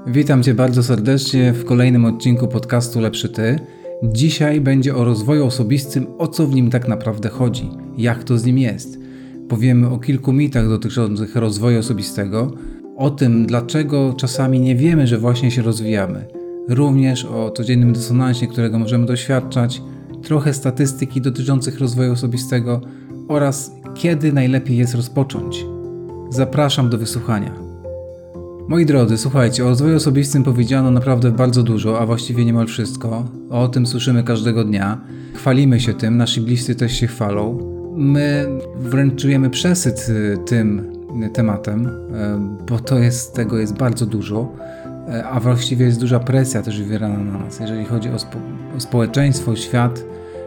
Witam Cię bardzo serdecznie w kolejnym odcinku podcastu Lepszy Ty. Dzisiaj będzie o rozwoju osobistym, o co w nim tak naprawdę chodzi, jak to z nim jest. Powiemy o kilku mitach dotyczących rozwoju osobistego, o tym, dlaczego czasami nie wiemy, że właśnie się rozwijamy. Również o codziennym dysonansie, którego możemy doświadczać, trochę statystyki dotyczących rozwoju osobistego oraz kiedy najlepiej jest rozpocząć. Zapraszam do wysłuchania. Moi drodzy, słuchajcie, o rozwoju osobistym powiedziano naprawdę bardzo dużo, a właściwie niemal wszystko. O tym słyszymy każdego dnia. Chwalimy się tym, nasi bliscy też się chwalą. My wręcz czujemy przesyt tym tematem, bo tego jest bardzo dużo, a właściwie jest duża presja też wywierana na nas, jeżeli chodzi o społeczeństwo, świat,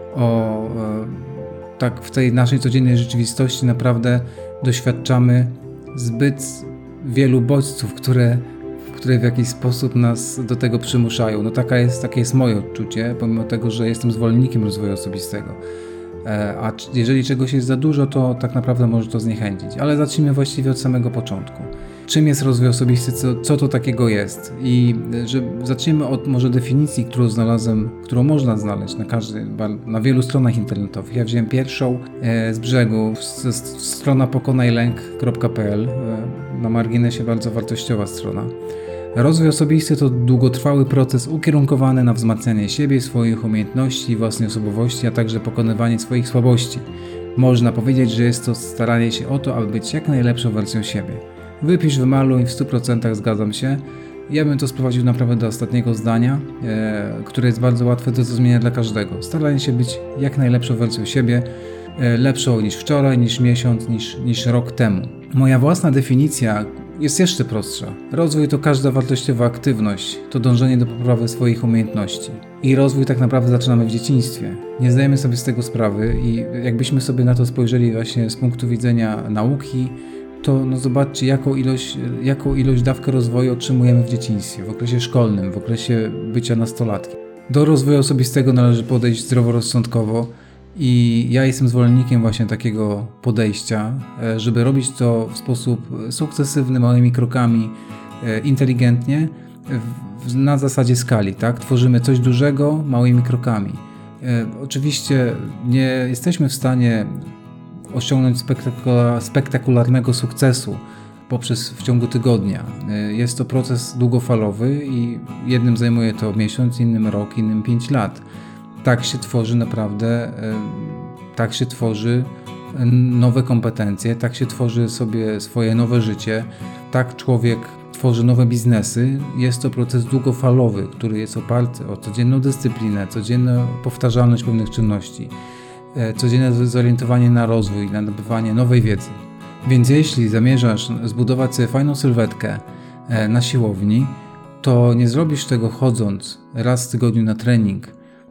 tak w tej naszej codziennej rzeczywistości naprawdę doświadczamy zbyt wielu bodźców, które w jakiś sposób nas do tego przymuszają. Takie jest moje odczucie, pomimo tego, że jestem zwolennikiem rozwoju osobistego. A jeżeli czegoś jest za dużo, to tak naprawdę może to zniechęcić. Ale zacznijmy właściwie od samego początku. Czym jest rozwój osobisty? Co to takiego jest? I zacznijmy od może definicji, którą znalazłem, którą można znaleźć na wielu stronach internetowych. Ja wziąłem pierwszą z brzegu, strona pokonajlęk.pl. Na marginesie bardzo wartościowa strona. Rozwój osobisty to długotrwały proces ukierunkowany na wzmacnianie siebie, swoich umiejętności, własnej osobowości, a także pokonywanie swoich słabości. Można powiedzieć, że jest to staranie się o to, aby być jak najlepszą wersją siebie. Wypisz, wymaluj, w 100% zgadzam się. Ja bym to sprowadził naprawdę do ostatniego zdania, które jest bardzo łatwe do zrozumienia dla każdego. Staranie się być jak najlepszą wersją siebie, lepszą niż wczoraj, niż miesiąc, niż rok temu. Moja własna definicja jest jeszcze prostsza. Rozwój to każda wartościowa aktywność, to dążenie do poprawy swoich umiejętności. I rozwój tak naprawdę zaczynamy w dzieciństwie. Nie zdajemy sobie z tego sprawy i jakbyśmy sobie na to spojrzeli właśnie z punktu widzenia nauki, to zobaczcie, jaką ilość dawkę rozwoju otrzymujemy w dzieciństwie, w okresie szkolnym, w okresie bycia nastolatkiem. Do rozwoju osobistego należy podejść zdroworozsądkowo i ja jestem zwolennikiem właśnie takiego podejścia, żeby robić to w sposób sukcesywny, małymi krokami, inteligentnie, na zasadzie skali, tak? Tworzymy coś dużego małymi krokami. Oczywiście nie jesteśmy w stanie osiągnąć spektakularnego sukcesu w ciągu tygodnia. Jest to proces długofalowy i jednym zajmuje to miesiąc, innym rok, innym 5 lat. Tak się tworzy naprawdę, tak się tworzy nowe kompetencje, tak się tworzy sobie swoje nowe życie, tak człowiek tworzy nowe biznesy. Jest to proces długofalowy, który jest oparty o codzienną dyscyplinę, codzienną powtarzalność pewnych czynności, codzienne zorientowanie na rozwój, na nabywanie nowej wiedzy. Więc jeśli zamierzasz zbudować sobie fajną sylwetkę na siłowni, to nie zrobisz tego chodząc raz w tygodniu na trening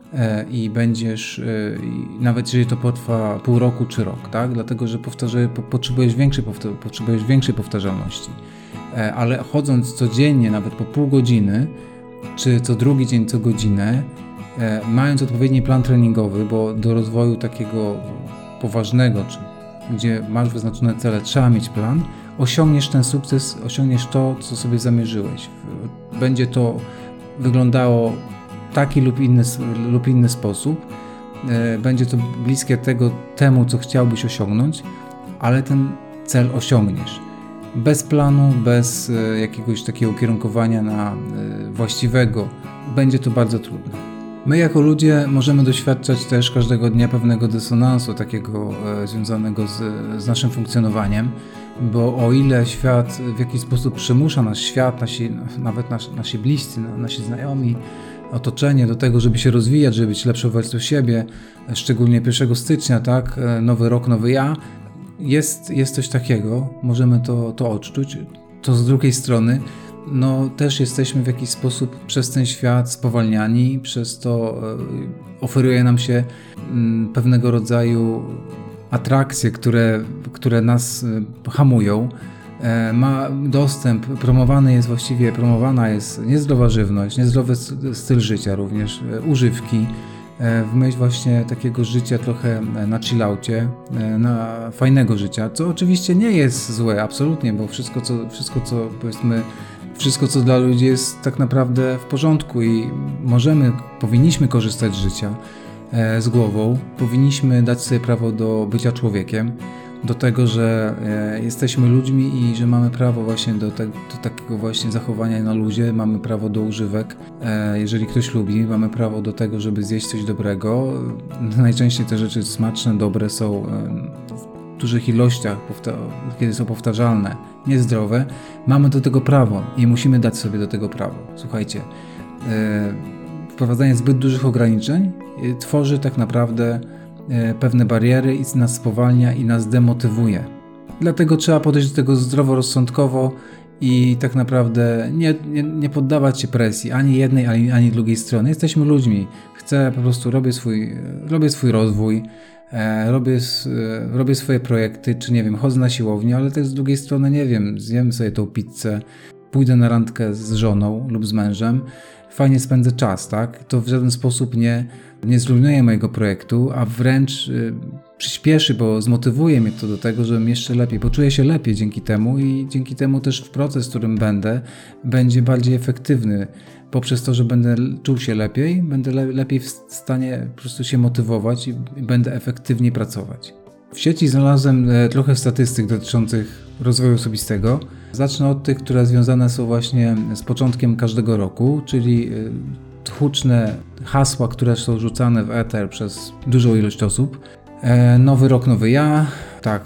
i będziesz, nawet jeżeli to potrwa pół roku czy rok, tak? Dlatego, że potrzebujesz większej powtarzalności. Ale chodząc codziennie, nawet po pół godziny, czy co drugi dzień, co godzinę, mając odpowiedni plan treningowy, bo do rozwoju takiego poważnego, gdzie masz wyznaczone cele, trzeba mieć plan, osiągniesz ten sukces, osiągniesz to, co sobie zamierzyłeś. Będzie to wyglądało w taki lub inny sposób, będzie to bliskie temu, co chciałbyś osiągnąć, ale ten cel osiągniesz. Bez planu, bez jakiegoś takiego ukierunkowania na właściwego, będzie to bardzo trudne. My jako ludzie możemy doświadczać też każdego dnia pewnego dysonansu takiego związanego z naszym funkcjonowaniem, bo o ile świat w jakiś sposób przymusza nasz świat, nasi bliscy, nasi znajomi, otoczenie do tego, żeby się rozwijać, żeby być lepszą wersją siebie, szczególnie 1 stycznia, tak, nowy rok, nowy ja, jest coś takiego, możemy to odczuć, to z drugiej strony też jesteśmy w jakiś sposób przez ten świat spowalniani, przez to oferuje nam się pewnego rodzaju atrakcje, które nas hamują. Ma dostęp, promowana jest niezdrowa żywność, niezdrowy styl życia również, używki, w myśl właśnie takiego życia trochę na chillaucie, na fajnego życia, co oczywiście nie jest złe, absolutnie, bo wszystko co powiedzmy wszystko, co dla ludzi jest tak naprawdę w porządku i powinniśmy korzystać z życia z głową, powinniśmy dać sobie prawo do bycia człowiekiem, do tego, że jesteśmy ludźmi i że mamy prawo właśnie do takiego właśnie zachowania na luzie, mamy prawo do używek. Jeżeli ktoś lubi, mamy prawo do tego, żeby zjeść coś dobrego. Najczęściej te rzeczy smaczne, dobre są w dużych ilościach, kiedy są powtarzalne, niezdrowe. Mamy do tego prawo i musimy dać sobie do tego prawo. Słuchajcie, wprowadzanie zbyt dużych ograniczeń tworzy tak naprawdę pewne bariery i nas spowalnia i nas demotywuje. Dlatego trzeba podejść do tego zdroworozsądkowo i tak naprawdę nie poddawać się presji ani jednej, ani drugiej strony. Jesteśmy ludźmi. Po prostu robię swój rozwój, robię swoje projekty, czy nie wiem, chodzę na siłownię, ale też z drugiej strony, nie wiem, zjem sobie tą pizzę, pójdę na randkę z żoną lub z mężem, fajnie spędzę czas, tak? To w żaden sposób nie zrujnuje mojego projektu, a wręcz przyspieszy, bo zmotywuje mnie to do tego, żebym jeszcze lepiej, poczuję się lepiej dzięki temu i dzięki temu też proces, w którym będzie bardziej efektywny. Poprzez to, że będę czuł się lepiej, będę lepiej w stanie po prostu się motywować i będę efektywniej pracować. W sieci znalazłem trochę statystyk dotyczących rozwoju osobistego. Zacznę od tych, które związane są właśnie z początkiem każdego roku, czyli huczne hasła, które są rzucane w eter przez dużą ilość osób. Nowy rok, nowy ja. Tak,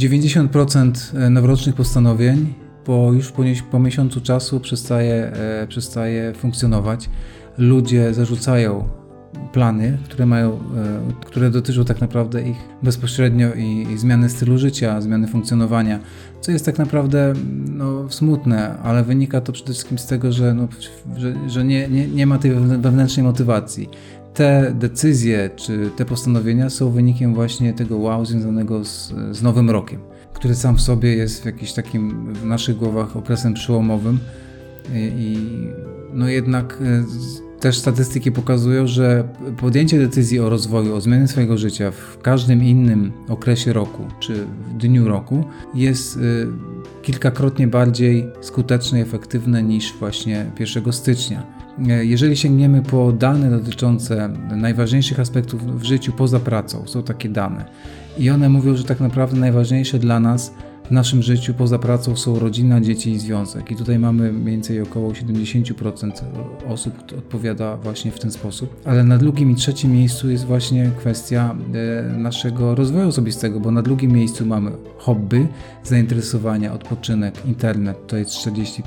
90% noworocznych postanowień po miesiącu czasu przestaje funkcjonować. Ludzie zarzucają plany, które dotyczą tak naprawdę ich bezpośrednio i zmiany stylu życia, zmiany funkcjonowania, co jest tak naprawdę smutne, ale wynika to przede wszystkim z tego, że nie ma tej wewnętrznej motywacji. Te decyzje czy te postanowienia są wynikiem właśnie tego wow związanego z Nowym Rokiem, który sam w sobie jest w jakimś takim w naszych głowach okresem przełomowym i jednak też statystyki pokazują, że podjęcie decyzji o rozwoju, o zmianie swojego życia w każdym innym okresie roku czy w dniu roku jest kilkakrotnie bardziej skuteczne i efektywne niż właśnie 1 stycznia. Jeżeli sięgniemy po dane dotyczące najważniejszych aspektów w życiu poza pracą, są takie dane i one mówią, że tak naprawdę najważniejsze dla nas w naszym życiu poza pracą są rodzina, dzieci i związek. I tutaj mamy mniej więcej około 70% osób, które odpowiada właśnie w ten sposób. Ale na drugim i trzecim miejscu jest właśnie kwestia naszego rozwoju osobistego, bo na drugim miejscu mamy hobby, zainteresowania, odpoczynek, internet, to jest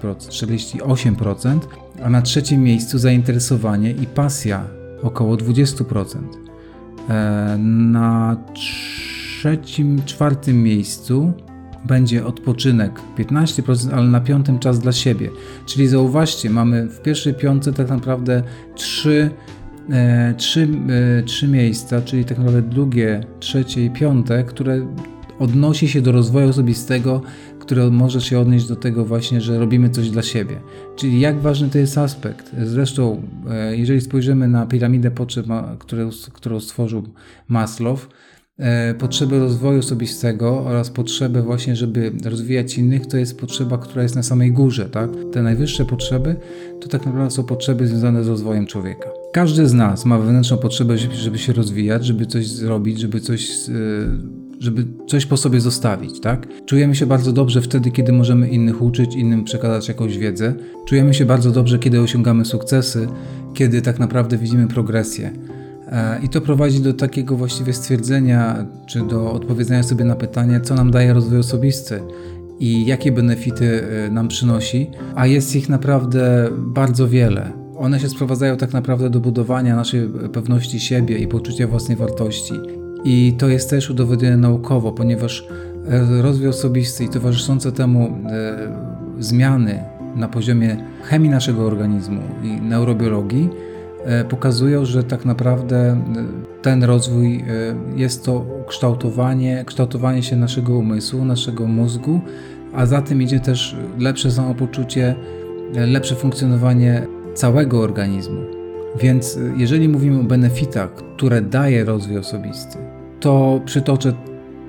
48%, a na trzecim miejscu zainteresowanie i pasja, około 20%. Na czwartym miejscu będzie odpoczynek 15%, ale na 5. czas dla siebie. Czyli zauważcie, mamy w pierwszej 5 tak naprawdę trzy miejsca, czyli tak naprawdę drugie, trzecie i 5, które odnosi się do rozwoju osobistego, które może się odnieść do tego właśnie, że robimy coś dla siebie. Czyli jak ważny to jest aspekt. Zresztą, jeżeli spojrzymy na piramidę potrzeb, którą stworzył Maslow, potrzeby rozwoju osobistego oraz potrzeby właśnie, żeby rozwijać innych, to jest potrzeba, która jest na samej górze, tak? Te najwyższe potrzeby to tak naprawdę są potrzeby związane z rozwojem człowieka. Każdy z nas ma wewnętrzną potrzebę, żeby się rozwijać, żeby coś zrobić, żeby coś po sobie zostawić, tak? Czujemy się bardzo dobrze wtedy, kiedy możemy innych uczyć, innym przekazać jakąś wiedzę. Czujemy się bardzo dobrze, kiedy osiągamy sukcesy, kiedy tak naprawdę widzimy progresję. I to prowadzi do takiego właściwie stwierdzenia, czy do odpowiedzenia sobie na pytanie, co nam daje rozwój osobisty i jakie benefity nam przynosi, a jest ich naprawdę bardzo wiele. One się sprowadzają tak naprawdę do budowania naszej pewności siebie i poczucia własnej wartości. I to jest też udowodnione naukowo, ponieważ rozwój osobisty i towarzyszące temu zmiany na poziomie chemii naszego organizmu i neurobiologii pokazują, że tak naprawdę ten rozwój jest to kształtowanie się naszego umysłu, naszego mózgu, a za tym idzie też lepsze samopoczucie, lepsze funkcjonowanie całego organizmu. Więc jeżeli mówimy o benefitach, które daje rozwój osobisty, to przytoczę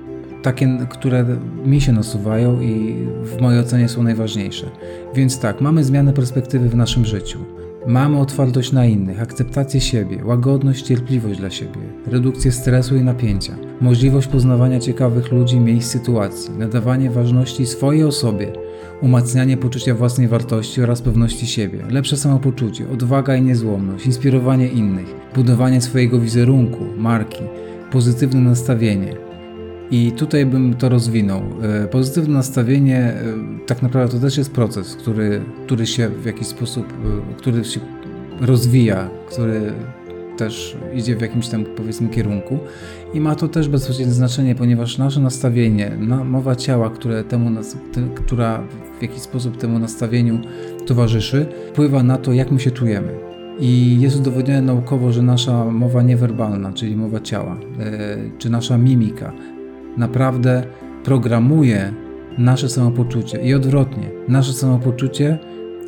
takie, które mi się nasuwają i w mojej ocenie są najważniejsze. Więc tak, mamy zmianę perspektywy w naszym życiu. Mamy otwartość na innych, akceptację siebie, łagodność, cierpliwość dla siebie, redukcję stresu i napięcia, możliwość poznawania ciekawych ludzi, miejsc, sytuacji, nadawanie ważności swojej osobie, umacnianie poczucia własnej wartości oraz pewności siebie, lepsze samopoczucie, odwaga i niezłomność, inspirowanie innych, budowanie swojego wizerunku, marki, pozytywne nastawienie. I tutaj bym to rozwinął. Pozytywne nastawienie tak naprawdę to też jest proces, który się w jakiś sposób, który się rozwija, który też idzie w jakimś tam, powiedzmy, kierunku i ma to też bezpośrednie znaczenie, ponieważ nasze nastawienie, mowa ciała, która w jakiś sposób temu nastawieniu towarzyszy, wpływa na to, jak my się czujemy. I jest udowodnione naukowo, że nasza mowa niewerbalna, czyli mowa ciała, czy nasza mimika, naprawdę programuje nasze samopoczucie i odwrotnie. Nasze samopoczucie,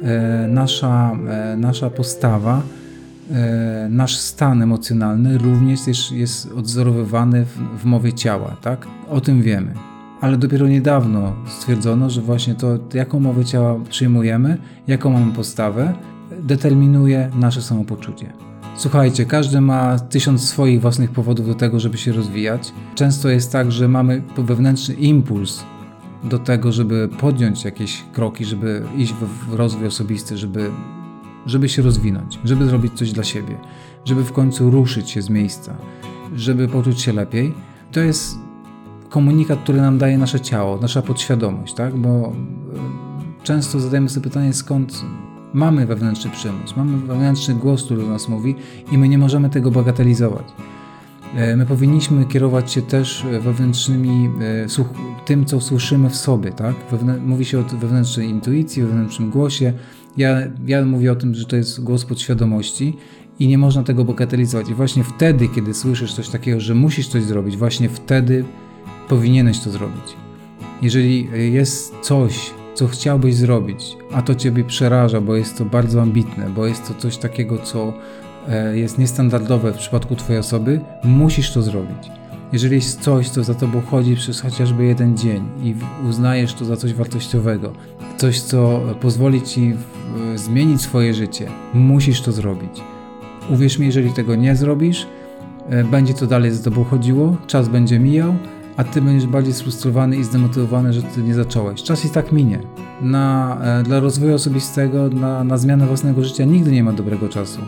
nasza postawa, nasz stan emocjonalny również jest odzorowywany w mowie ciała, tak? O tym wiemy. Ale dopiero niedawno stwierdzono, że właśnie to, jaką mowę ciała przyjmujemy, jaką mamy postawę, determinuje nasze samopoczucie. Słuchajcie, każdy ma 1000 swoich własnych powodów do tego, żeby się rozwijać. Często jest tak, że mamy wewnętrzny impuls do tego, żeby podjąć jakieś kroki, żeby iść w rozwój osobisty, żeby się rozwinąć, żeby zrobić coś dla siebie, żeby w końcu ruszyć się z miejsca, żeby poczuć się lepiej. To jest komunikat, który nam daje nasze ciało, nasza podświadomość, tak? Bo często zadajemy sobie pytanie, skąd mamy wewnętrzny przymus, mamy wewnętrzny głos, który do nas mówi i my nie możemy tego bagatelizować. My powinniśmy kierować się też wewnętrznymi, tym, co słyszymy w sobie, tak? Mówi się o wewnętrznej intuicji, wewnętrznym głosie. Ja mówię o tym, że to jest głos podświadomości i nie można tego bagatelizować. I właśnie wtedy, kiedy słyszysz coś takiego, że musisz coś zrobić, właśnie wtedy powinieneś to zrobić. Jeżeli jest coś, co chciałbyś zrobić, a to Ciebie przeraża, bo jest to bardzo ambitne, bo jest to coś takiego, co jest niestandardowe w przypadku Twojej osoby, musisz to zrobić. Jeżeli jest coś, co za Tobą chodzi przez chociażby jeden dzień i uznajesz to za coś wartościowego, coś, co pozwoli Ci zmienić swoje życie, musisz to zrobić. Uwierz mi, jeżeli tego nie zrobisz, będzie to dalej za Tobą chodziło, czas będzie mijał, a Ty będziesz bardziej sfrustrowany i zdemotywowany, że Ty nie zacząłeś. Czas i tak minie. Dla rozwoju osobistego, na zmianę własnego życia nigdy nie ma dobrego czasu.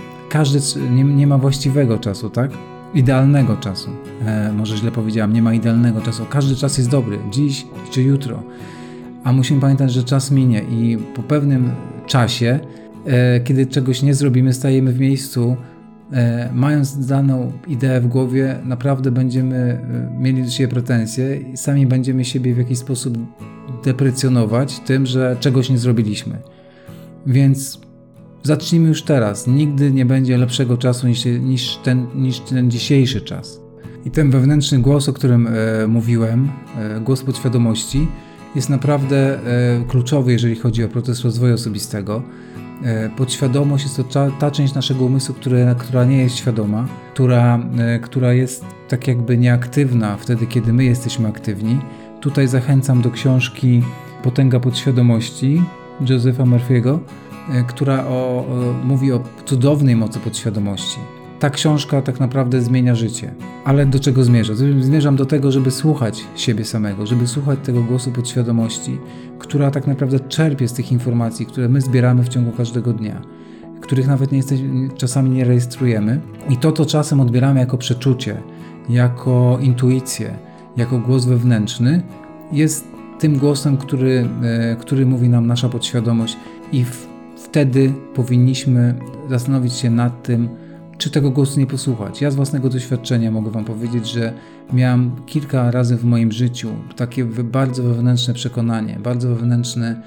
Nie ma właściwego czasu, tak? Idealnego czasu. Może źle powiedziałam, nie ma idealnego czasu. Każdy czas jest dobry, dziś czy jutro. A musimy pamiętać, że czas minie i po pewnym czasie, kiedy czegoś nie zrobimy, stajemy w miejscu, mając daną ideę w głowie, naprawdę będziemy mieli do siebie pretensje i sami będziemy siebie w jakiś sposób deprecjonować tym, że czegoś nie zrobiliśmy. Więc zacznijmy już teraz. Nigdy nie będzie lepszego czasu niż ten dzisiejszy czas. I ten wewnętrzny głos, o którym mówiłem, głos podświadomości, jest naprawdę kluczowy, jeżeli chodzi o proces rozwoju osobistego. Podświadomość jest to ta część naszego umysłu, która nie jest świadoma, która jest tak jakby nieaktywna wtedy, kiedy my jesteśmy aktywni. Tutaj zachęcam do książki Potęga podświadomości Josepha Murphy'ego, która mówi o cudownej mocy podświadomości. Ta książka tak naprawdę zmienia życie. Ale do czego zmierzam? Zmierzam do tego, żeby słuchać siebie samego, żeby słuchać tego głosu podświadomości, która tak naprawdę czerpie z tych informacji, które my zbieramy w ciągu każdego dnia, których nawet czasami nie rejestrujemy. I to czasem odbieramy jako przeczucie, jako intuicję, jako głos wewnętrzny, jest tym głosem, który mówi nam nasza podświadomość i wtedy powinniśmy zastanowić się nad tym, czy tego głosu nie posłuchać. Ja z własnego doświadczenia mogę Wam powiedzieć, że miałem kilka razy w moim życiu takie bardzo wewnętrzne przekonanie, bardzo wewnętrzne,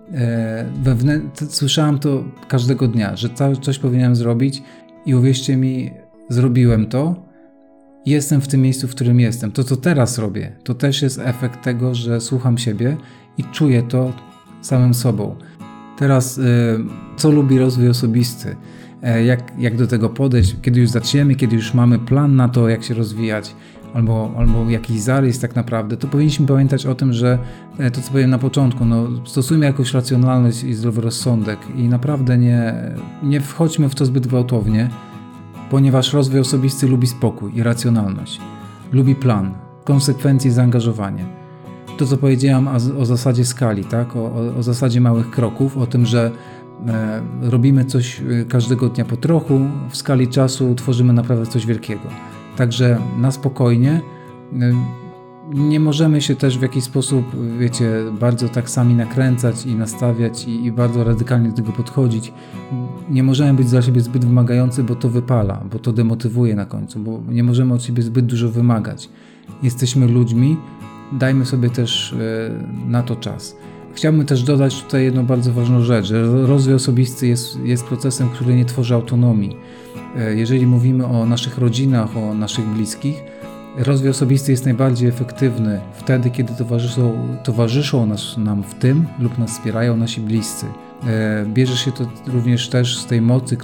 słyszałem to każdego dnia, że coś powinienem zrobić i uwierzcie mi, zrobiłem to. Jestem w tym miejscu, w którym jestem. To, co teraz robię, to też jest efekt tego, że słucham siebie i czuję to samym sobą. Teraz, co lubi rozwój osobisty? Jak do tego podejść, kiedy już zaczniemy, kiedy już mamy plan na to, jak się rozwijać. albo jakiś zarys tak naprawdę, to powinniśmy pamiętać o tym, że to, co powiem na początku, stosujmy jakąś racjonalność i zdrowy rozsądek i naprawdę nie wchodźmy w to zbyt gwałtownie, ponieważ rozwój osobisty lubi spokój i racjonalność. Lubi plan, konsekwencje i zaangażowanie. To, co powiedziałam o zasadzie skali, tak? O zasadzie małych kroków, o tym, że robimy coś każdego dnia po trochu, w skali czasu tworzymy naprawdę coś wielkiego. Także na spokojnie. Nie możemy się też w jakiś sposób, bardzo tak sami nakręcać i nastawiać i bardzo radykalnie do tego podchodzić. Nie możemy być dla siebie zbyt wymagający, bo to wypala, bo to demotywuje na końcu, bo nie możemy od siebie zbyt dużo wymagać. Jesteśmy ludźmi, dajmy sobie też na to czas. Chciałbym też dodać tutaj jedną bardzo ważną rzecz, że rozwój osobisty jest procesem, który nie tworzy autonomii. Jeżeli mówimy o naszych rodzinach, o naszych bliskich, rozwój osobisty jest najbardziej efektywny wtedy, kiedy towarzyszą nam w tym lub nas wspierają nasi bliscy. Bierze się to również też z tej mocy,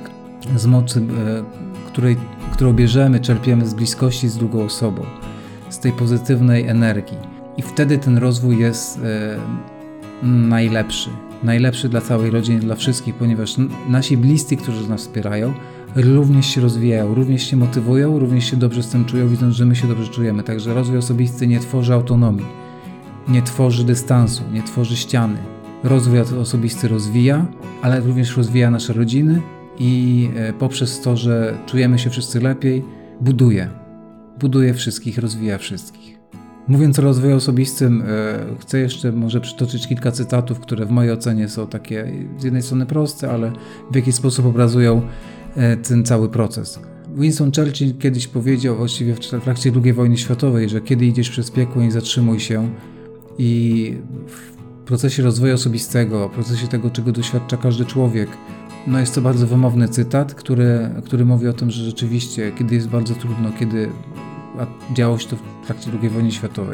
którą bierzemy, czerpiemy z bliskości z drugą osobą, z tej pozytywnej energii. I wtedy ten rozwój jest najlepszy dla całej rodziny, dla wszystkich, ponieważ nasi bliscy, którzy nas wspierają, również się rozwijają, również się motywują, również się dobrze z tym czują, widząc, że my się dobrze czujemy. Także rozwój osobisty nie tworzy autonomii, nie tworzy dystansu, nie tworzy ściany. Rozwój osobisty rozwija, ale również rozwija nasze rodziny i poprzez to, że czujemy się wszyscy lepiej, buduje wszystkich, rozwija wszystkich. Mówiąc o rozwoju osobistym, chcę jeszcze może przytoczyć kilka cytatów, które w mojej ocenie są takie z jednej strony proste, ale w jakiś sposób obrazują ten cały proces. Winston Churchill kiedyś powiedział, właściwie w trakcie II wojny światowej, że kiedy idziesz przez piekło, nie zatrzymuj się, i w procesie rozwoju osobistego, w procesie tego, czego doświadcza każdy człowiek, jest to bardzo wymowny cytat, który mówi o tym, że rzeczywiście, kiedy jest bardzo trudno, a działo się to w trakcie II wojny światowej,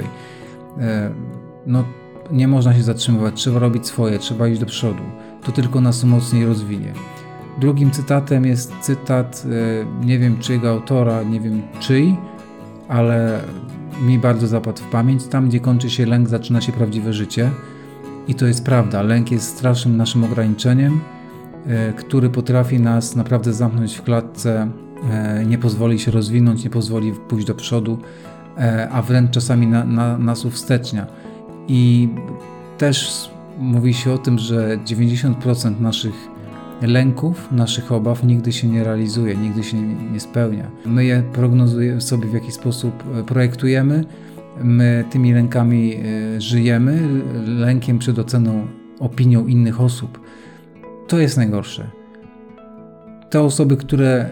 nie można się zatrzymywać, trzeba robić swoje, trzeba iść do przodu. To tylko nas mocniej rozwinie. Drugim cytatem jest cytat, nie wiem czyjego autora, nie wiem czyj, ale mi bardzo zapadł w pamięć. Tam, gdzie kończy się lęk, zaczyna się prawdziwe życie. I to jest prawda. Lęk jest strasznym naszym ograniczeniem, który potrafi nas naprawdę zamknąć w klatce, nie pozwoli się rozwinąć, nie pozwoli pójść do przodu, a wręcz czasami nas uwstecznia. I też mówi się o tym, że 90% naszych lęków, naszych obaw nigdy się nie realizuje, nigdy się nie spełnia. My je prognozujemy sobie, w jakiś sposób projektujemy, my tymi lękami żyjemy, lękiem przed oceną, opinią innych osób. To jest najgorsze. Te osoby, które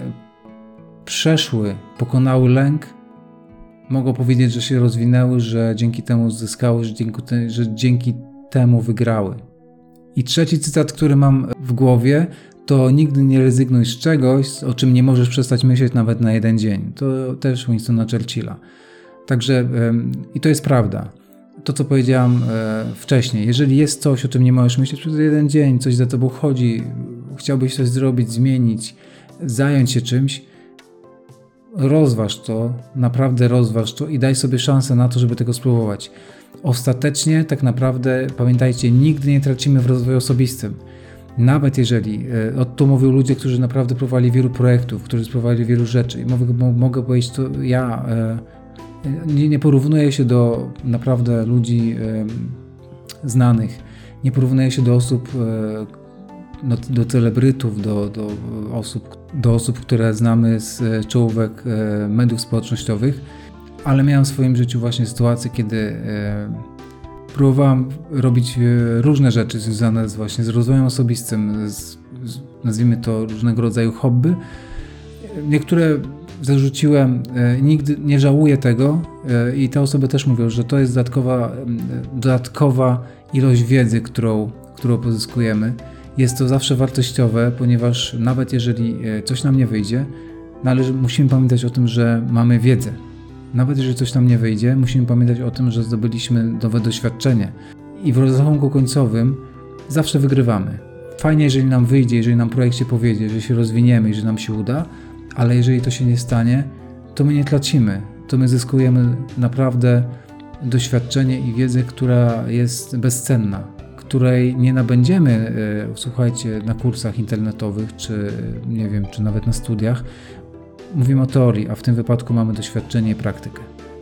pokonały lęk, mogą powiedzieć, że się rozwinęły, że dzięki temu zyskały, że dzięki temu wygrały. I trzeci cytat, który mam w głowie, to nigdy nie rezygnuj z czegoś, o czym nie możesz przestać myśleć nawet na jeden dzień. To też Winstona Churchilla. Także i to jest prawda. To, co powiedziałam wcześniej. Jeżeli jest coś, o czym nie możesz myśleć przez jeden dzień, coś za tobą chodzi, chciałbyś coś zrobić, zmienić, zająć się czymś, rozważ to, naprawdę rozważ to i daj sobie szansę na to, żeby tego spróbować. Ostatecznie, tak naprawdę, pamiętajcie, nigdy nie tracimy w rozwoju osobistym. Nawet jeżeli, to mówią ludzie, którzy naprawdę próbowali wielu projektów, którzy spróbowali wielu rzeczy. I mogę powiedzieć, to ja nie porównuję się do naprawdę ludzi znanych. Nie porównuję się do osób, do celebrytów, do osób, które znamy z czołówek mediów społecznościowych, ale miałem w swoim życiu właśnie sytuację, kiedy próbowałem robić różne rzeczy związane właśnie z rozwojem osobistym, nazwijmy to różnego rodzaju hobby. Niektóre zarzuciłem, nigdy nie żałuję tego i te osoby też mówią, że to jest dodatkowa ilość wiedzy, którą pozyskujemy. Jest to zawsze wartościowe, ponieważ nawet jeżeli coś nam nie wyjdzie, musimy pamiętać o tym, że mamy wiedzę. Nawet jeżeli coś nam nie wyjdzie, musimy pamiętać o tym, że zdobyliśmy nowe doświadczenie. I w rozrachunku końcowym zawsze wygrywamy. Fajnie, jeżeli nam wyjdzie, jeżeli nam projekt się powiedzie, że się rozwiniemy, jeżeli nam się uda, ale jeżeli to się nie stanie, to my nie tracimy. to my zyskujemy naprawdę doświadczenie i wiedzę, która jest bezcenna, której nie nabędziemy, słuchajcie, na kursach internetowych, czy nie wiem, czy nawet na studiach. Mówimy o teorii, a w tym wypadku mamy doświadczenie i praktykę.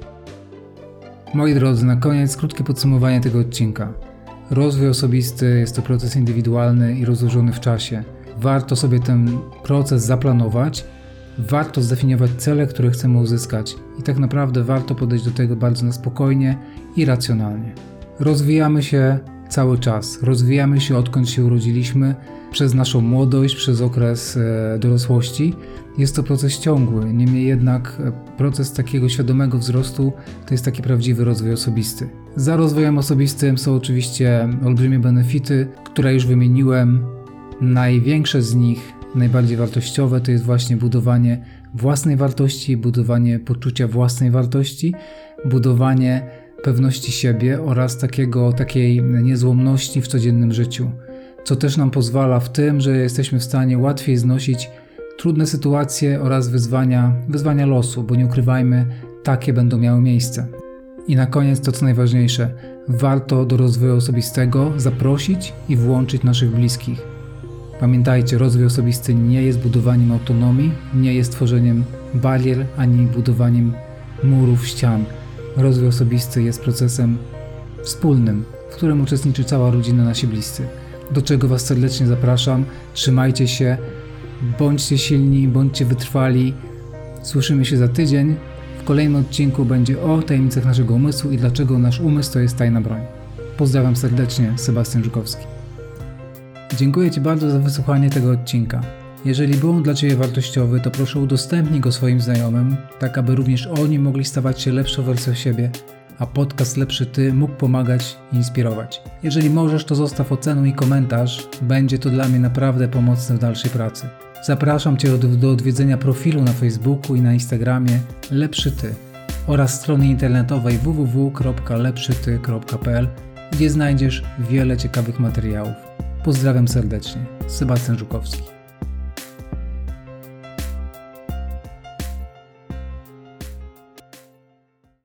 Moi drodzy, na koniec krótkie podsumowanie tego odcinka. Rozwój osobisty jest to proces indywidualny i rozłożony w czasie. Warto sobie ten proces zaplanować, warto zdefiniować cele, które chcemy uzyskać i tak naprawdę warto podejść do tego bardzo na spokojnie i racjonalnie. Rozwijamy się cały czas, rozwijamy się odkąd się urodziliśmy, przez naszą młodość, przez okres dorosłości. Jest to proces ciągły, niemniej jednak proces takiego świadomego wzrostu to jest taki prawdziwy rozwój osobisty. Za rozwojem osobistym są oczywiście olbrzymie benefity, które już wymieniłem. Największe z nich, najbardziej wartościowe, to jest właśnie budowanie własnej wartości, budowanie poczucia własnej wartości, budowanie pewności siebie oraz takiej niezłomności w codziennym życiu, co też nam pozwala w tym, że jesteśmy w stanie łatwiej znosić trudne sytuacje oraz wyzwania losu, bo nie ukrywajmy, takie będą miały miejsce. I na koniec to co najważniejsze, warto do rozwoju osobistego zaprosić i włączyć naszych bliskich. Pamiętajcie, rozwój osobisty nie jest budowaniem autonomii, nie jest tworzeniem barier ani budowaniem murów, ścian. Rozwój osobisty jest procesem wspólnym, w którym uczestniczy cała rodzina, nasi bliscy. Do czego Was serdecznie zapraszam. Trzymajcie się, bądźcie silni, bądźcie wytrwali. Słyszymy się za tydzień. W kolejnym odcinku będzie o tajemnicach naszego umysłu i dlaczego nasz umysł to jest tajna broń. Pozdrawiam serdecznie, Sebastian Żukowski. Dziękuję Ci bardzo za wysłuchanie tego odcinka. Jeżeli był on dla Ciebie wartościowy, to proszę udostępnij go swoim znajomym, tak aby również oni mogli stawać się lepszą wersją siebie, a podcast Lepszy Ty mógł pomagać i inspirować. Jeżeli możesz, to zostaw ocenę i komentarz, będzie to dla mnie naprawdę pomocne w dalszej pracy. Zapraszam Cię do odwiedzenia profilu na Facebooku i na Instagramie Lepszy Ty oraz strony internetowej www.lepszyty.pl, gdzie znajdziesz wiele ciekawych materiałów. Pozdrawiam serdecznie, Sebastian Żukowski.